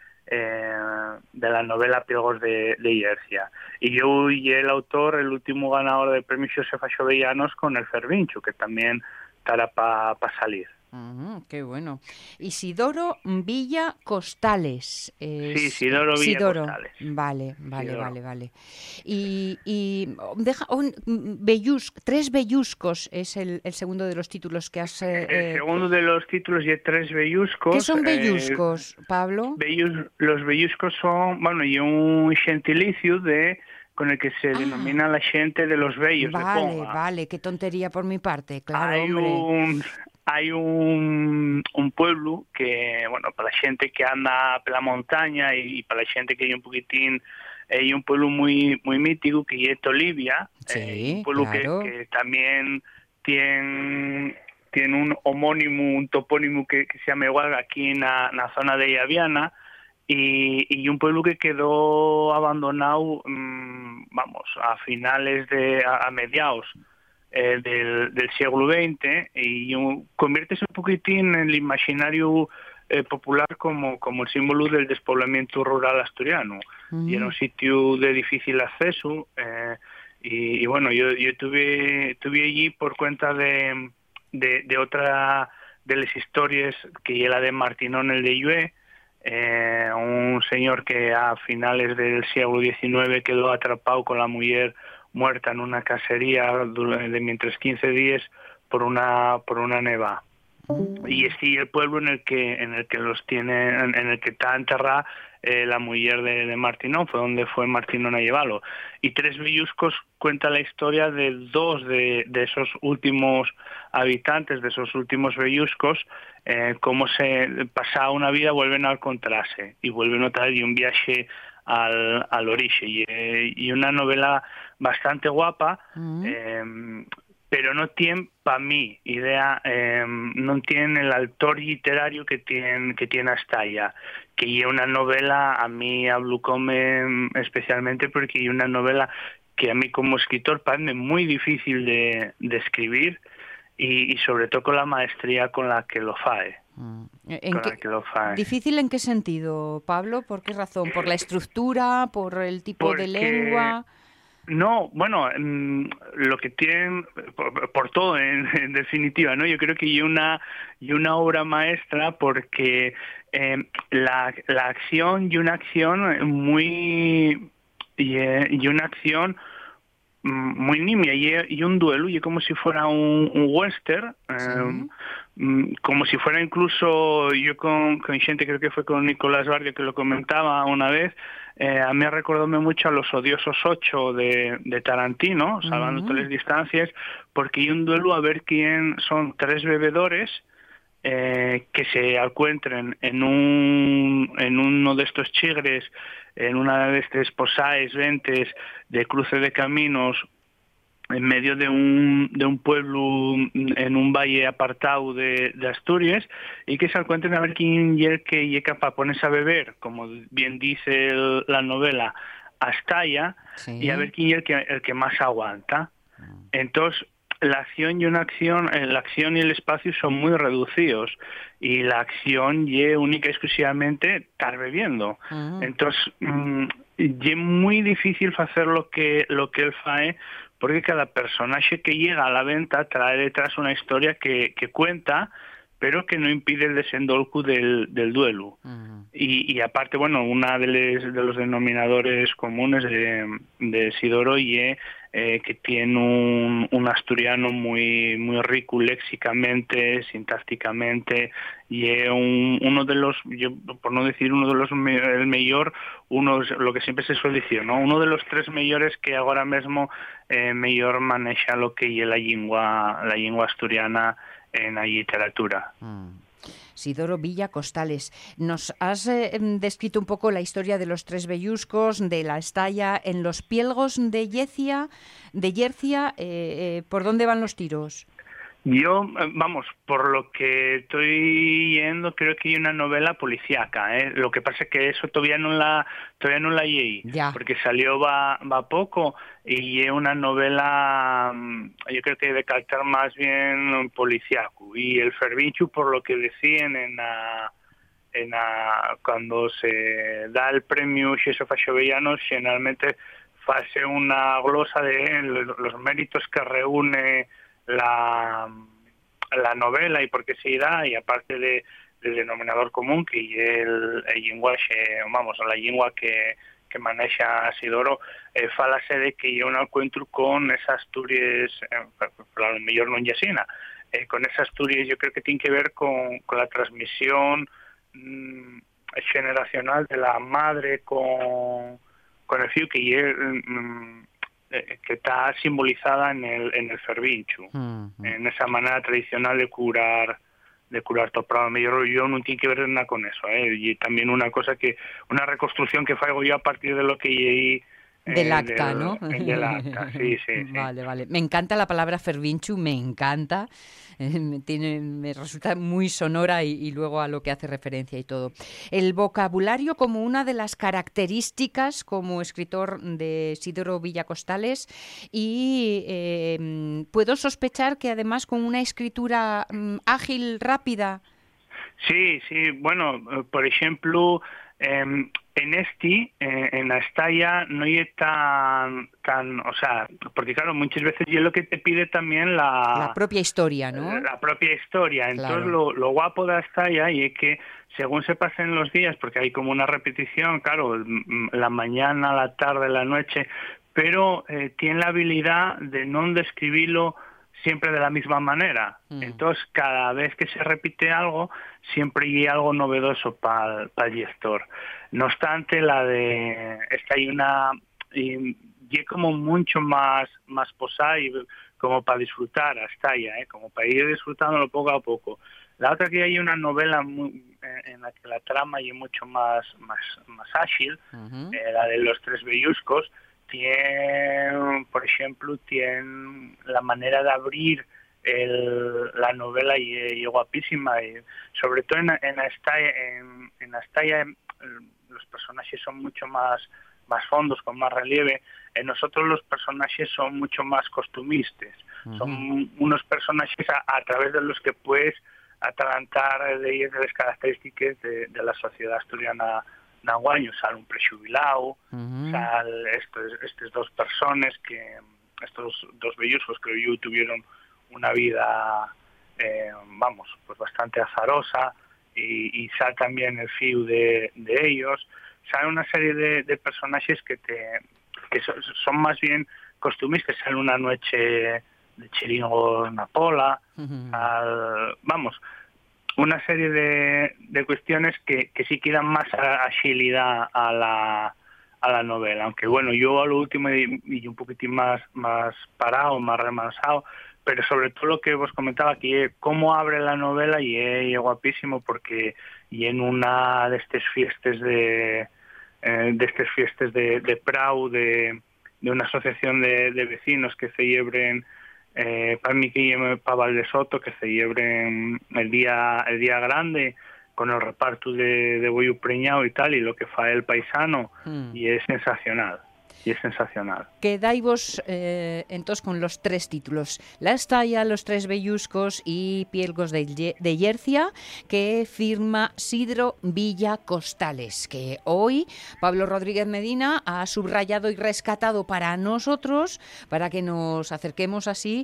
Speaker 8: la novela Pielgos de Iercia, y yo y el autor, el último ganador del premio Josefa Xovellanos con El Fervincho, que también estará para salir.
Speaker 2: Qué bueno. Isidoro Villa Costales.
Speaker 8: Sí, Isidoro Villa Costales.
Speaker 2: Vale.
Speaker 8: Isidoro.
Speaker 2: Y deja Tres Belluscos es el segundo de los títulos que has...
Speaker 8: El segundo de los títulos y Tres Belluscos.
Speaker 2: ¿Qué son belluscos, Pablo?
Speaker 8: Los belluscos son, y un gentilicio con el que se denomina la gente de los bellos de Ponga.
Speaker 2: Vale, qué tontería por mi parte, claro,
Speaker 8: Hay un pueblo que, para la gente que anda por la montaña y para la gente que hay un poquitín, hay un pueblo muy muy mítico que es Tolivia, un pueblo
Speaker 2: claro.
Speaker 8: que también tiene un homónimo, un topónimo que se llama igual aquí en la zona de Llaviana, y un pueblo que quedó abandonado, a finales a mediados del siglo XX, y conviértese un poquitín en el imaginario popular como el símbolo del despoblamiento rural asturiano. Y era un sitio de difícil acceso, y yo estuve allí por cuenta de otra de las historias, que es la de Martinón el de Llué, un señor que a finales del siglo XIX quedó atrapado con la mujer muerta en una casería de mientras 15 días por una neva. Y es el pueblo en el que los tiene, en el que está enterrada la mujer de Martinón, fue donde fue Martinón a llevarlo. Y Tres Belluscos cuenta la historia de 2 de esos últimos habitantes, de esos últimos belluscos, cómo se pasa una vida, vuelven a encontrarse y vuelven otra vez de un viaje al origen. Y una novela bastante guapa, pero no tiene, para mí, idea, no tiene el autor literario que tiene Estalla, que es una novela, a mí ablucóme especialmente porque es una novela que a mí como escritor parece muy difícil de escribir, y sobre todo con la maestría con la que lo fae. que lo fai.
Speaker 2: ¿Difícil en qué sentido, Pablo? ¿Por qué razón? ¿Por la estructura? ¿Por el tipo de lengua?
Speaker 8: No, bueno, lo que tienen, por todo, en definitiva, ¿no? Yo creo que hay una obra maestra porque la acción y una acción muy... y una acción muy nimia y un duelo y como si fuera un western, como si fuera incluso yo con gente, creo que fue con Nicolás Barrio que lo comentaba una vez, a mí recordóme mucho a Los odiosos 8 de Tarantino, salvando todas las distancias, porque hay un duelo a ver quién son tres bebedores que se encuentren en uno de estos chigres, en una de estas posaes, ventes de cruce de caminos, en medio de un pueblo en un valle apartado de Asturias, y que se encuentren a ver quién es que es capaz de ponerse a beber, como bien dice la novela, hasta allá, y a ver quién es el que más aguanta. Entonces, la acción y la acción y el espacio son muy reducidos y la acción es única y exclusivamente estar bebiendo. Entonces, es muy difícil hacer lo que él fae, porque cada personaje que llega a la venta trae detrás una historia que cuenta, pero que no impide el desendolco del duelo. Y aparte, bueno, una de los denominadores comunes de Sidoro y que tiene un asturiano muy rico léxicamente, sintácticamente, y es uno de los, yo, por no decir uno de los, el mayor, lo que siempre se suele decir, ¿no? Uno de los tres mayores que ahora mismo mayor maneja lo que es la lengua asturiana en la literatura.
Speaker 2: Sidoro Villa Costales, nos has descrito un poco la historia de los tres velluscos, de la Estalla, en los pielgos de Yercia, ¿por dónde van los tiros?
Speaker 8: Yo, vamos, por lo que estoy yendo, creo que hay una novela policíaca, ¿eh? Lo que pasa es que eso todavía no la leí, porque salió va poco, y es una novela, yo creo que de carácter más bien policíaco. Y el Fervinchu, por lo que decían cuando se da el premio Xeso Faxovellanos, generalmente hace una glosa de los méritos que reúne la novela y por qué se da, y aparte del denominador común que es el lenguaje, vamos, la lengua que maneja Sidoro, falase de que hay un encuentro con esas Asturias, a lo mejor no en Yasina, con esas Asturias yo creo que tiene que ver con la transmisión generacional de la madre con el fiu, que está simbolizada en el Fervinchu, en esa manera tradicional de curar toprado. Yo no tiene que ver nada con eso, y también una reconstrucción que hago yo a partir de lo que leí
Speaker 2: del acta, ¿no?
Speaker 8: Del acta, sí.
Speaker 2: Vale. Me encanta la palabra Fervinchu, me encanta. Me resulta muy sonora y luego a lo que hace referencia y todo. El vocabulario como una de las características como escritor de Sidoro Villa Costales, y puedo sospechar que además con una escritura ágil, rápida.
Speaker 8: Sí, bueno, por ejemplo, en la Estalla no es tan, o sea, porque claro, muchas veces es lo que te pide también la
Speaker 2: propia historia, ¿no?
Speaker 8: La propia historia. Entonces,
Speaker 2: claro.
Speaker 8: lo guapo de la Estalla y es que según se pasen los días, porque hay como una repetición, claro, la mañana, la tarde, la noche, pero tiene la habilidad de no describirlo siempre de la misma manera. Entonces, cada vez que se repite algo, siempre hay algo novedoso para el lector. No obstante, esta hay una... y como mucho más posada y como para disfrutar hasta allá, como para ir disfrutándolo poco a poco. La otra que hay una novela en la que la trama es mucho más ágil, la de los tres velluscos. Por ejemplo, tiene la manera de abrir la novela y guapísima, y sobre todo en Astalla los personajes son mucho más fondos, con más relieve. En nosotros los personajes son mucho más costumistas, son unos personajes a través de los que puedes atalantar de ellas de las características de la sociedad asturiana naguaño. Sale un prexubilado, sale estas dos personas estos dos belluscos que yo tuvieron una vida, pues bastante azarosa, y sale también el fío de ellos. Sale una serie de personajes que son más bien costumistas. Sale una noche de chiringos Napola, una serie de cuestiones que sí que dan más agilidad a la novela, aunque bueno, yo a lo último y un poquitín más parado, más remansado, pero sobre todo lo que vos comentaba que cómo abre la novela y es guapísimo, porque y en una de estas fiestas de Prau, de una asociación de vecinos que celebren para Miquel y para Valdesoto, que celebren el día grande con el reparto de bollo preñado y tal, y lo que fa el paisano, y es sensacional.
Speaker 2: Quedaivos entonces con los 3 títulos: La Estalla, Los 3 belluscos y Pielgos de Llercia, que firma Sidro Villa Costales, que hoy Pablo Rodríguez Medina ha subrayado y rescatado para nosotros, para que nos acerquemos así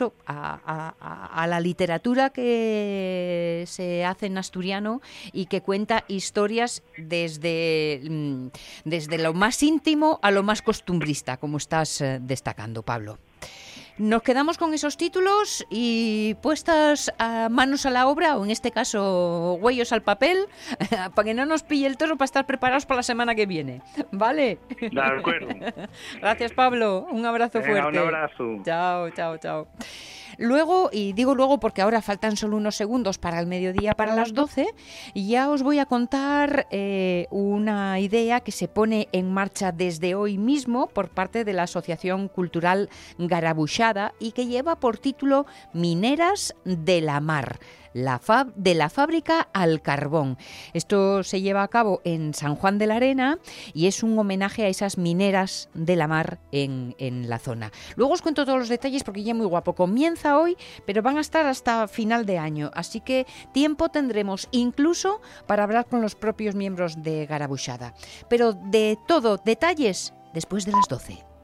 Speaker 2: a la literatura que se hace en asturiano y que cuenta historias desde lo más íntimo a lo más costumbrista, como estás destacando, Pablo. Nos quedamos con esos títulos y puestas manos a la obra, o en este caso huellos al papel, para que no nos pille el toro, para estar preparados para la semana que viene. ¿Vale?
Speaker 8: De acuerdo.
Speaker 2: Gracias, Pablo. Un abrazo fuerte.
Speaker 8: Un abrazo.
Speaker 2: Chao. Luego, y digo luego porque ahora faltan solo unos segundos para el mediodía, para las 12, y ya os voy a contar una idea que se pone en marcha desde hoy mismo por parte de la Asociación Cultural Garabuxada y que lleva por título Mineras de la Mar. De la fábrica al carbón. Esto se lleva a cabo en San Juan de la Arena y es un homenaje a esas mineras de la mar en la zona. Luego os cuento todos los detalles porque ya es muy guapo. Comienza hoy, pero van a estar hasta final de año, así que tiempo tendremos incluso para hablar con los propios miembros de Garabuxada. Pero de todo, detalles, después de las 12.